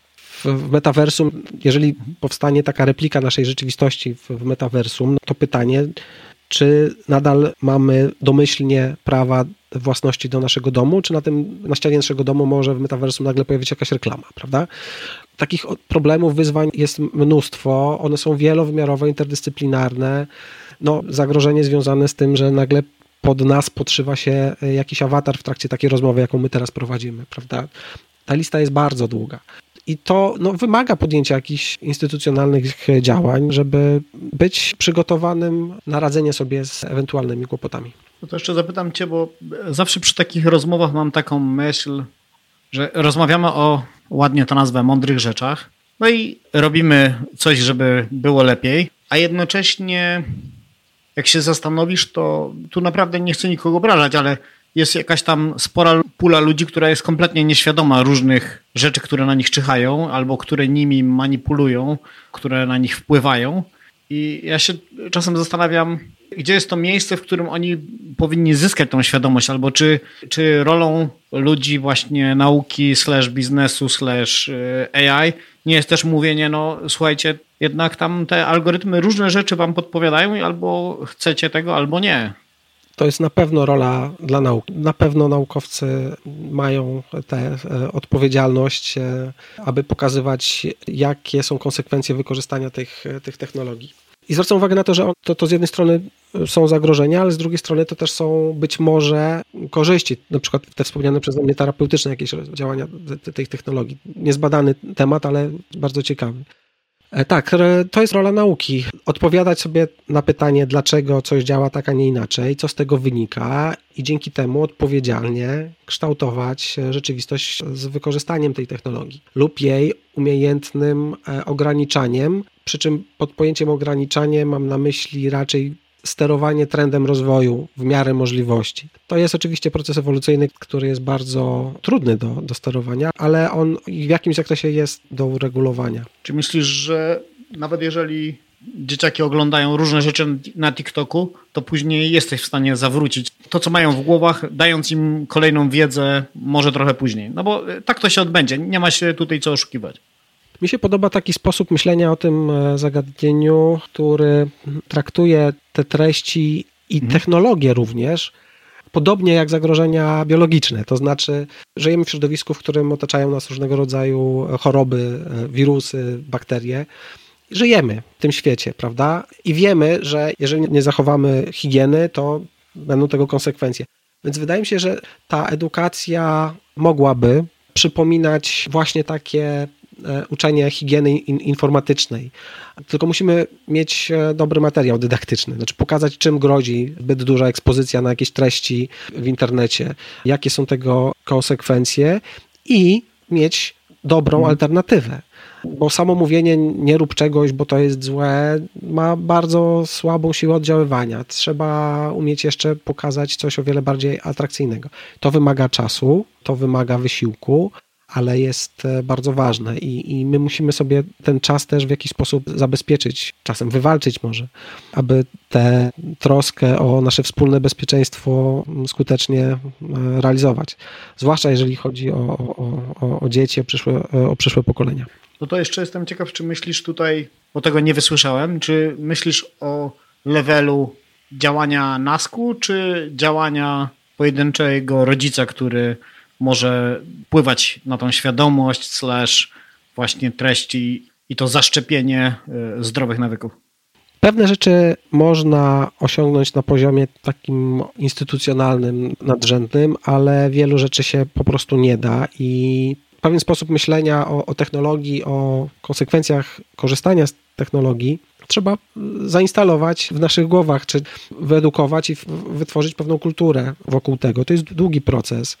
W metaversum, jeżeli powstanie taka replika naszej rzeczywistości w metaversum, to pytanie, czy nadal mamy domyślnie prawa własności do naszego domu, czy na tym, na ścianie naszego domu może w metaversum nagle pojawić się jakaś reklama, prawda? Takich problemów, wyzwań jest mnóstwo, one są wielowymiarowe, interdyscyplinarne. No, zagrożenie związane z tym, że nagle pod nas podszywa się jakiś awatar w trakcie takiej rozmowy, jaką my teraz prowadzimy, prawda? Ta lista jest bardzo długa. I to no, wymaga podjęcia jakichś instytucjonalnych działań, żeby być przygotowanym na radzenie sobie z ewentualnymi kłopotami. No to jeszcze zapytam Cię, bo zawsze przy takich rozmowach mam taką myśl, że rozmawiamy o, ładnie to nazwę, mądrych rzeczach, no i robimy coś, żeby było lepiej, a jednocześnie jak się zastanowisz, to tu naprawdę nie chcę nikogo obrażać, ale jest jakaś tam spora pula ludzi, która jest kompletnie nieświadoma różnych rzeczy, które na nich czyhają, albo które nimi manipulują, które na nich wpływają. I ja się czasem zastanawiam, gdzie jest to miejsce, w którym oni powinni zyskać tą świadomość, albo czy, czy rolą ludzi właśnie nauki slash biznesu slash A I nie jest też mówienie, no słuchajcie, jednak tam te algorytmy różne rzeczy wam podpowiadają i albo chcecie tego, albo nie. To jest na pewno rola dla nauki. Na pewno naukowcy mają tę odpowiedzialność, aby pokazywać, jakie są konsekwencje wykorzystania tych, tych technologii. I zwracam uwagę na to, że to, to z jednej strony są zagrożenia, ale z drugiej strony to też są być może korzyści, na przykład te wspomniane przeze mnie terapeutyczne jakieś działania tych technologii. Niezbadany temat, ale bardzo ciekawy. Tak, to jest rola nauki. Odpowiadać sobie na pytanie, dlaczego coś działa tak, a nie inaczej, co z tego wynika i dzięki temu odpowiedzialnie kształtować rzeczywistość z wykorzystaniem tej technologii lub jej umiejętnym ograniczaniem, przy czym pod pojęciem ograniczanie mam na myśli raczej sterowanie trendem rozwoju w miarę możliwości. To jest oczywiście proces ewolucyjny, który jest bardzo trudny do, do sterowania, ale on w jakimś zakresie jest do uregulowania. Czy myślisz, że nawet jeżeli dzieciaki oglądają różne rzeczy na TikToku, to później jesteś w stanie zawrócić to, co mają w głowach, dając im kolejną wiedzę może trochę później? No bo tak to się odbędzie, nie ma się tutaj co oszukiwać. Mi się podoba taki sposób myślenia o tym zagadnieniu, który traktuje te treści i mhm. technologie również, podobnie jak zagrożenia biologiczne. To znaczy, żyjemy w środowisku, w którym otaczają nas różnego rodzaju choroby, wirusy, bakterie. Żyjemy w tym świecie, prawda? I wiemy, że jeżeli nie zachowamy higieny, to będą tego konsekwencje. Więc wydaje mi się, że ta edukacja mogłaby przypominać właśnie takie uczenie higieny informatycznej. Tylko musimy mieć dobry materiał dydaktyczny, znaczy pokazać, czym grozi zbyt duża ekspozycja na jakieś treści w internecie, jakie są tego konsekwencje i mieć dobrą hmm. alternatywę. Bo samo mówienie nie rób czegoś, bo to jest złe, ma bardzo słabą siłę oddziaływania. Trzeba umieć jeszcze pokazać coś o wiele bardziej atrakcyjnego. To wymaga czasu, to wymaga wysiłku, ale jest bardzo ważne i, i my musimy sobie ten czas też w jakiś sposób zabezpieczyć, czasem wywalczyć może, aby tę troskę o nasze wspólne bezpieczeństwo skutecznie realizować. Zwłaszcza jeżeli chodzi o, o, o, o dzieci, o przyszłe, o przyszłe pokolenia. No to jeszcze jestem ciekaw, czy myślisz tutaj, bo tego nie wysłyszałem, czy myślisz o levelu działania nasku, czy działania pojedynczego rodzica, który może wpływać na tą świadomość slash właśnie treści i to zaszczepienie zdrowych nawyków? Pewne rzeczy można osiągnąć na poziomie takim instytucjonalnym, nadrzędnym, ale wielu rzeczy się po prostu nie da i pewien sposób myślenia o, o technologii, o konsekwencjach korzystania z technologii trzeba zainstalować w naszych głowach, czy wyedukować i wytworzyć pewną kulturę wokół tego. To jest długi proces.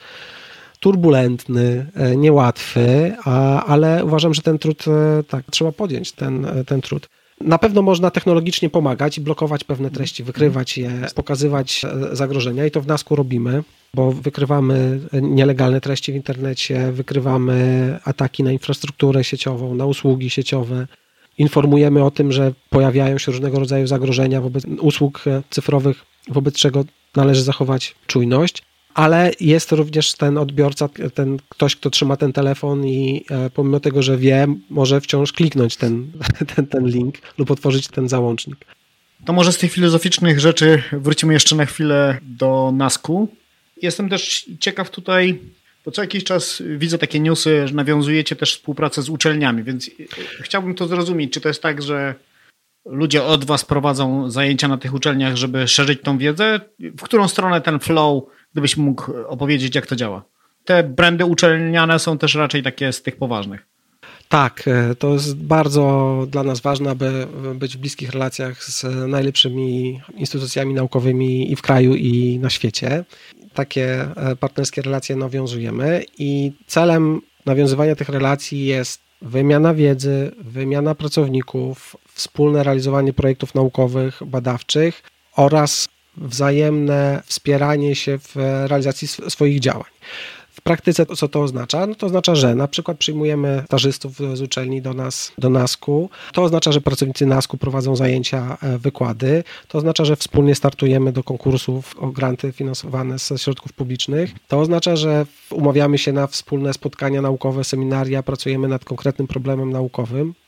Turbulentny, niełatwy, ale uważam, że ten trud, tak, trzeba podjąć ten, ten trud. Na pewno można technologicznie pomagać i blokować pewne treści, wykrywać je, pokazywać zagrożenia i to w nasku robimy, bo wykrywamy nielegalne treści w internecie, wykrywamy ataki na infrastrukturę sieciową, na usługi sieciowe. Informujemy o tym, że pojawiają się różnego rodzaju zagrożenia wobec usług cyfrowych, wobec czego należy zachować czujność. Ale jest również ten odbiorca, ten ktoś, kto trzyma ten telefon i pomimo tego, że wie, może wciąż kliknąć ten, ten, ten link lub otworzyć ten załącznik. To może z tych filozoficznych rzeczy wrócimy jeszcze na chwilę do nasku. Jestem też ciekaw tutaj, bo co jakiś czas widzę takie newsy, że nawiązujecie też współpracę z uczelniami, więc chciałbym to zrozumieć. Czy to jest tak, że ludzie od was prowadzą zajęcia na tych uczelniach, żeby szerzyć tą wiedzę? W którą stronę ten flow, gdybyś mógł opowiedzieć, jak to działa? Te brandy uczelniane są też raczej takie z tych poważnych. Tak, to jest bardzo dla nas ważne, aby być w bliskich relacjach z najlepszymi instytucjami naukowymi i w kraju, i na świecie. Takie partnerskie relacje nawiązujemy i celem nawiązywania tych relacji jest wymiana wiedzy, wymiana pracowników, wspólne realizowanie projektów naukowych, badawczych oraz wzajemne wspieranie się w realizacji swoich działań. W praktyce co to oznacza? No to oznacza, że na przykład przyjmujemy stażystów z uczelni do nas, do nasku. To oznacza, że pracownicy nasku prowadzą zajęcia, wykłady. To oznacza, że wspólnie startujemy do konkursów o granty finansowane ze środków publicznych. To oznacza, że umawiamy się na wspólne spotkania naukowe, seminaria, pracujemy nad konkretnym problemem naukowym.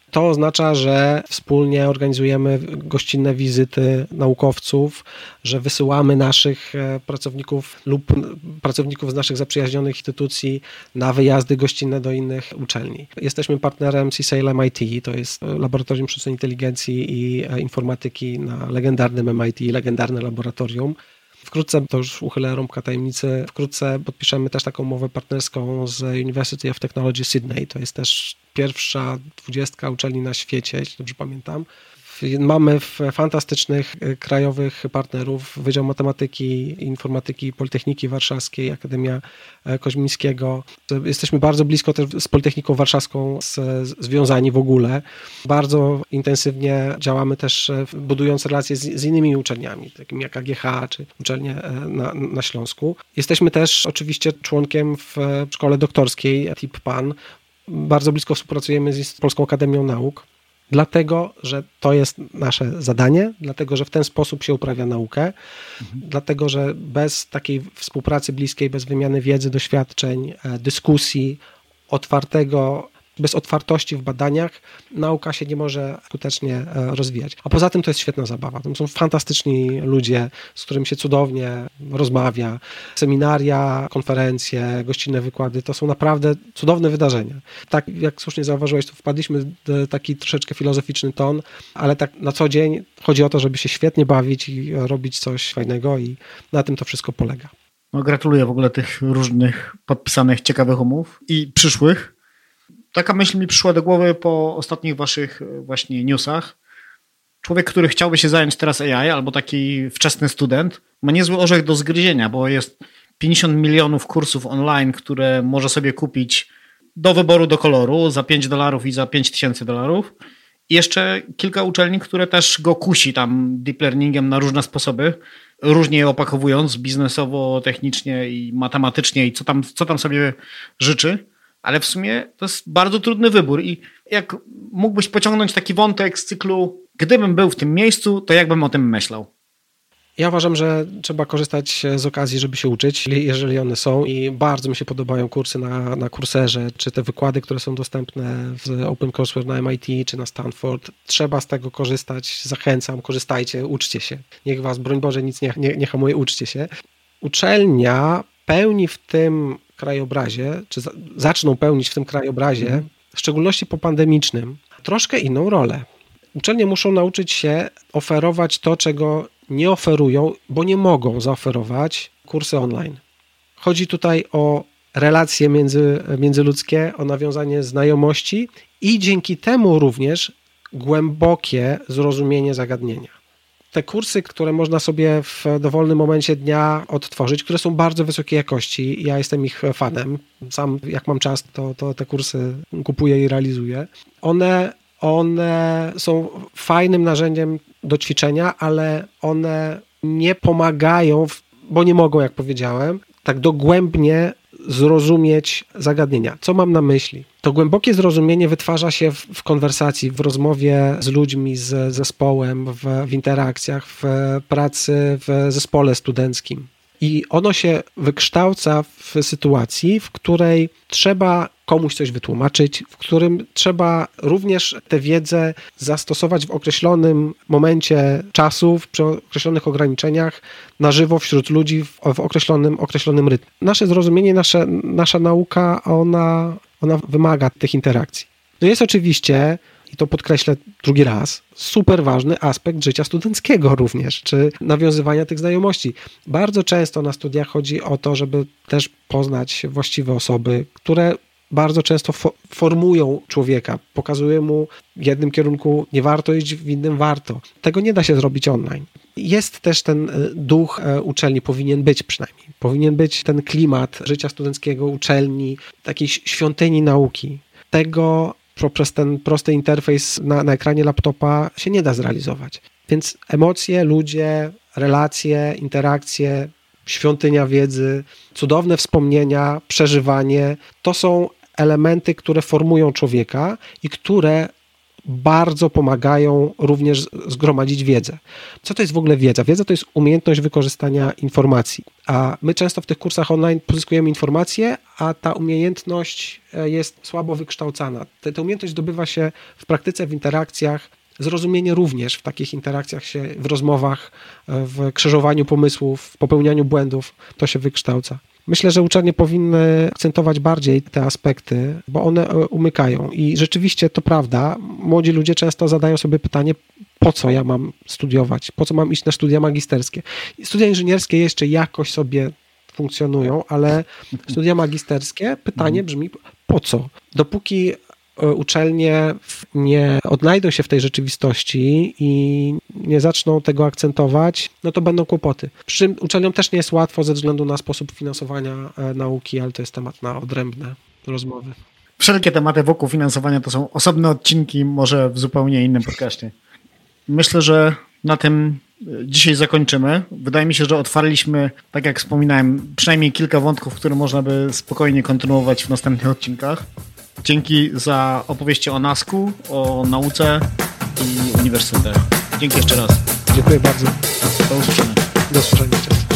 To oznacza, że wspólnie organizujemy gościnne wizyty naukowców, że wysyłamy naszych pracowników lub pracowników z naszych zaprzyjaźnionych instytucji na wyjazdy gościnne do innych uczelni. Jesteśmy partnerem C S A I L M I T, to jest Laboratorium Sztucznej Inteligencji i Informatyki na legendarnym M I T, legendarne laboratorium. Wkrótce, to już uchylę rąbka tajemnicy, wkrótce podpiszemy też taką umowę partnerską z University of Technology Sydney. To jest też pierwsza dwudziestka uczelni na świecie, jeśli dobrze pamiętam. Mamy fantastycznych krajowych partnerów, Wydział Matematyki, Informatyki Politechniki Warszawskiej, Akademia Koźmińskiego. Jesteśmy bardzo blisko też z Politechniką Warszawską z, związani w ogóle. Bardzo intensywnie działamy też, budując relacje z, z innymi uczelniami, takimi jak A G H czy uczelnie na, na Śląsku. Jesteśmy też oczywiście członkiem w szkole doktorskiej T I P P A N. Bardzo blisko współpracujemy z Polską Akademią Nauk. Dlatego, że to jest nasze zadanie, dlatego, że w ten sposób się uprawia naukę, mhm. dlatego, że bez takiej współpracy bliskiej, bez wymiany wiedzy, doświadczeń, dyskusji, otwartego, bez otwartości w badaniach, nauka się nie może skutecznie rozwijać. A poza tym to jest świetna zabawa. To są fantastyczni ludzie, z którymi się cudownie rozmawia. Seminaria, konferencje, gościnne wykłady, to są naprawdę cudowne wydarzenia. Tak jak słusznie zauważyłeś, to wpadliśmy w taki troszeczkę filozoficzny ton, ale tak na co dzień chodzi o to, żeby się świetnie bawić i robić coś fajnego i na tym to wszystko polega. No, gratuluję w ogóle tych różnych podpisanych ciekawych umów i przyszłych. Taka myśl mi przyszła do głowy po ostatnich waszych właśnie newsach. Człowiek, który chciałby się zająć teraz A I, albo taki wczesny student, ma niezły orzech do zgryzienia, bo jest pięćdziesiąt milionów kursów online, które może sobie kupić do wyboru, do koloru za pięć dolarów i za pięć tysięcy dolarów. I jeszcze kilka uczelni, które też go kusi tam deep learningiem na różne sposoby, różnie je opakowując biznesowo, technicznie i matematycznie i co tam, co tam sobie życzy. Ale w sumie to jest bardzo trudny wybór i jak mógłbyś pociągnąć taki wątek z cyklu, gdybym był w tym miejscu, to jakbym o tym myślał? Ja uważam, że trzeba korzystać z okazji, żeby się uczyć, jeżeli one są i bardzo mi się podobają kursy na, na Courserze, czy te wykłady, które są dostępne w OpenCourseWare na M I T czy na Stanford. Trzeba z tego korzystać, zachęcam, korzystajcie, uczcie się. Niech was, broń Boże, nic nie, nie, nie hamuje, uczcie się. Uczelnia pełni w tym krajobrazie, czy za, zaczną pełnić w tym krajobrazie, mm. w szczególności po pandemicznym, troszkę inną rolę. Uczelnie muszą nauczyć się oferować to, czego nie oferują, bo nie mogą zaoferować kursy online. Chodzi tutaj o relacje między, międzyludzkie, o nawiązanie znajomości i dzięki temu również głębokie zrozumienie zagadnienia. Te kursy, które można sobie w dowolnym momencie dnia odtworzyć, które są bardzo wysokiej jakości, ja jestem ich fanem, sam jak mam czas, to, to te kursy kupuję i realizuję. One, one są fajnym narzędziem do ćwiczenia, ale one nie pomagają, bo nie mogą, jak powiedziałem, tak dogłębnie zrozumieć zagadnienia. Co mam na myśli? To głębokie zrozumienie wytwarza się w, w konwersacji, w rozmowie z ludźmi, z zespołem, w, w interakcjach, w pracy w zespole studenckim. I ono się wykształca w sytuacji, w której trzeba komuś coś wytłumaczyć, w którym trzeba również tę wiedzę zastosować w określonym momencie czasu, przy określonych ograniczeniach, na żywo wśród ludzi w, w określonym, określonym rytmie. Nasze zrozumienie, nasze, nasza nauka, ona, ona wymaga tych interakcji. No jest oczywiście, i to podkreślę drugi raz, super ważny aspekt życia studenckiego również, czy nawiązywania tych znajomości. Bardzo często na studiach chodzi o to, żeby też poznać właściwe osoby, które bardzo często fo- formują człowieka, pokazują mu w jednym kierunku nie warto iść, w innym warto. Tego nie da się zrobić online. Jest też ten duch uczelni, powinien być przynajmniej. Powinien być ten klimat życia studenckiego, uczelni, takiej świątyni nauki. Tego poprzez ten prosty interfejs na, na ekranie laptopa się nie da zrealizować. Więc emocje, ludzie, relacje, interakcje, świątynia wiedzy, cudowne wspomnienia, przeżywanie, to są elementy, które formują człowieka i które bardzo pomagają również zgromadzić wiedzę. Co to jest w ogóle wiedza? Wiedza to jest umiejętność wykorzystania informacji, a my często w tych kursach online pozyskujemy informacje, a ta umiejętność jest słabo wykształcana. Ta umiejętność zdobywa się w praktyce, w interakcjach, zrozumienie również w takich interakcjach się, w rozmowach, w krzyżowaniu pomysłów, w popełnianiu błędów, to się wykształca. Myślę, że uczelnie powinny akcentować bardziej te aspekty, bo one umykają i rzeczywiście to prawda, młodzi ludzie często zadają sobie pytanie, po co ja mam studiować, po co mam iść na studia magisterskie. Studia inżynierskie jeszcze jakoś sobie funkcjonują, ale studia magisterskie, pytanie brzmi, po co? Dopóki uczelnie nie odnajdą się w tej rzeczywistości i nie zaczną tego akcentować, no to będą kłopoty. Przy czym uczelniom też nie jest łatwo ze względu na sposób finansowania nauki, ale to jest temat na odrębne rozmowy. Wszelkie tematy wokół finansowania to są osobne odcinki, może w zupełnie innym podcaście. Myślę, że na tym dzisiaj zakończymy. Wydaje mi się, że otwarliśmy, tak jak wspominałem, przynajmniej kilka wątków, które można by spokojnie kontynuować w następnych odcinkach. Dzięki za opowieści o nasku, o nauce i uniwersytetach. Dzięki jeszcze raz. Dziękuję bardzo. Do usłyszenia. Do usłyszenia.